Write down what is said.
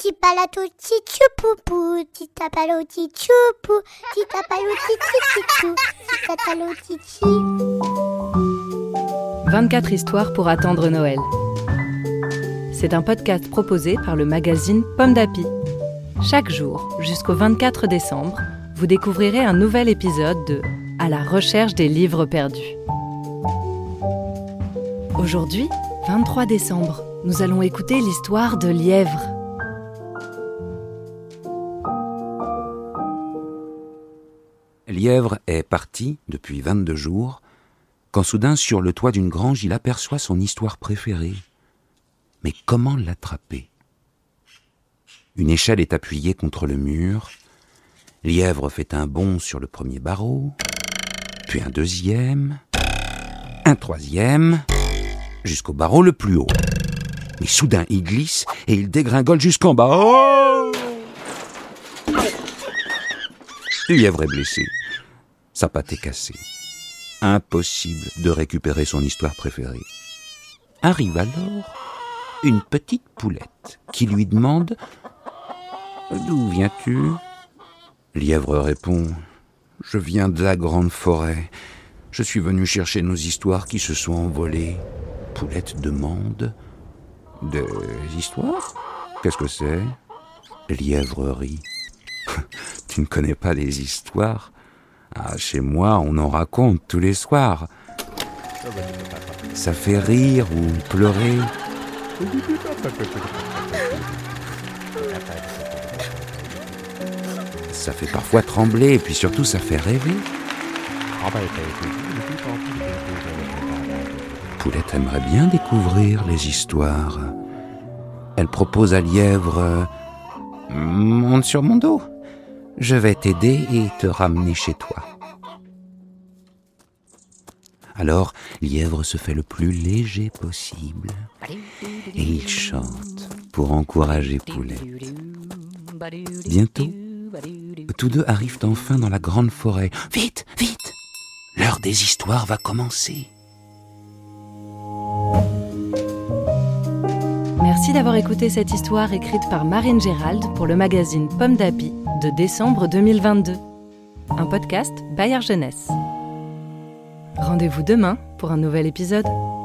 Titapalato titchoupou, titapalo titchoupou, titapalo titchichou, titapalo titchi. 24 histoires pour attendre Noël. C'est un podcast proposé par le magazine Pomme d'Api. Chaque jour, jusqu'au 24 décembre, vous découvrirez un nouvel épisode de « À la recherche des livres perdus ». Aujourd'hui, 23 décembre, nous allons écouter l'histoire de Lièvre. Lièvre est parti depuis 22 jours, quand soudain, sur le toit d'une grange, il aperçoit son histoire préférée. Mais comment l'attraper ? Une échelle est appuyée contre le mur. Lièvre fait un bond sur le premier barreau, puis un deuxième, un troisième, jusqu'au barreau le plus haut. Mais soudain, il glisse et il dégringole jusqu'en bas. Oh ! Lièvre est blessé. Sa patte est cassée. Impossible de récupérer son histoire préférée. Arrive alors une petite poulette qui lui demande « D'où viens-tu » Lièvre répond « Je viens de la grande forêt. Je suis venu chercher nos histoires qui se sont envolées. » Poulette demande « Des histoires ? Qu'est-ce que c'est ?» Lièvre rit. « Tu ne connais pas les histoires ? Ah, chez moi, on en raconte tous les soirs. Ça fait rire ou pleurer. Ça fait parfois trembler et puis surtout ça fait rêver. Poulette aimerait bien découvrir les histoires. Elle propose à Lièvre « Monte sur mon dos. Je vais t'aider et te ramener chez toi. » Alors, Lièvre se fait le plus léger possible et il chante pour encourager Poulette. Bientôt, tous deux arrivent enfin dans la grande forêt. « Vite, vite ! L'heure des histoires va commencer. » Merci d'avoir écouté cette histoire écrite par Marine Gérald pour le magazine Pomme d'Api de décembre 2022. Un podcast Bayard Jeunesse. Rendez-vous demain pour un nouvel épisode.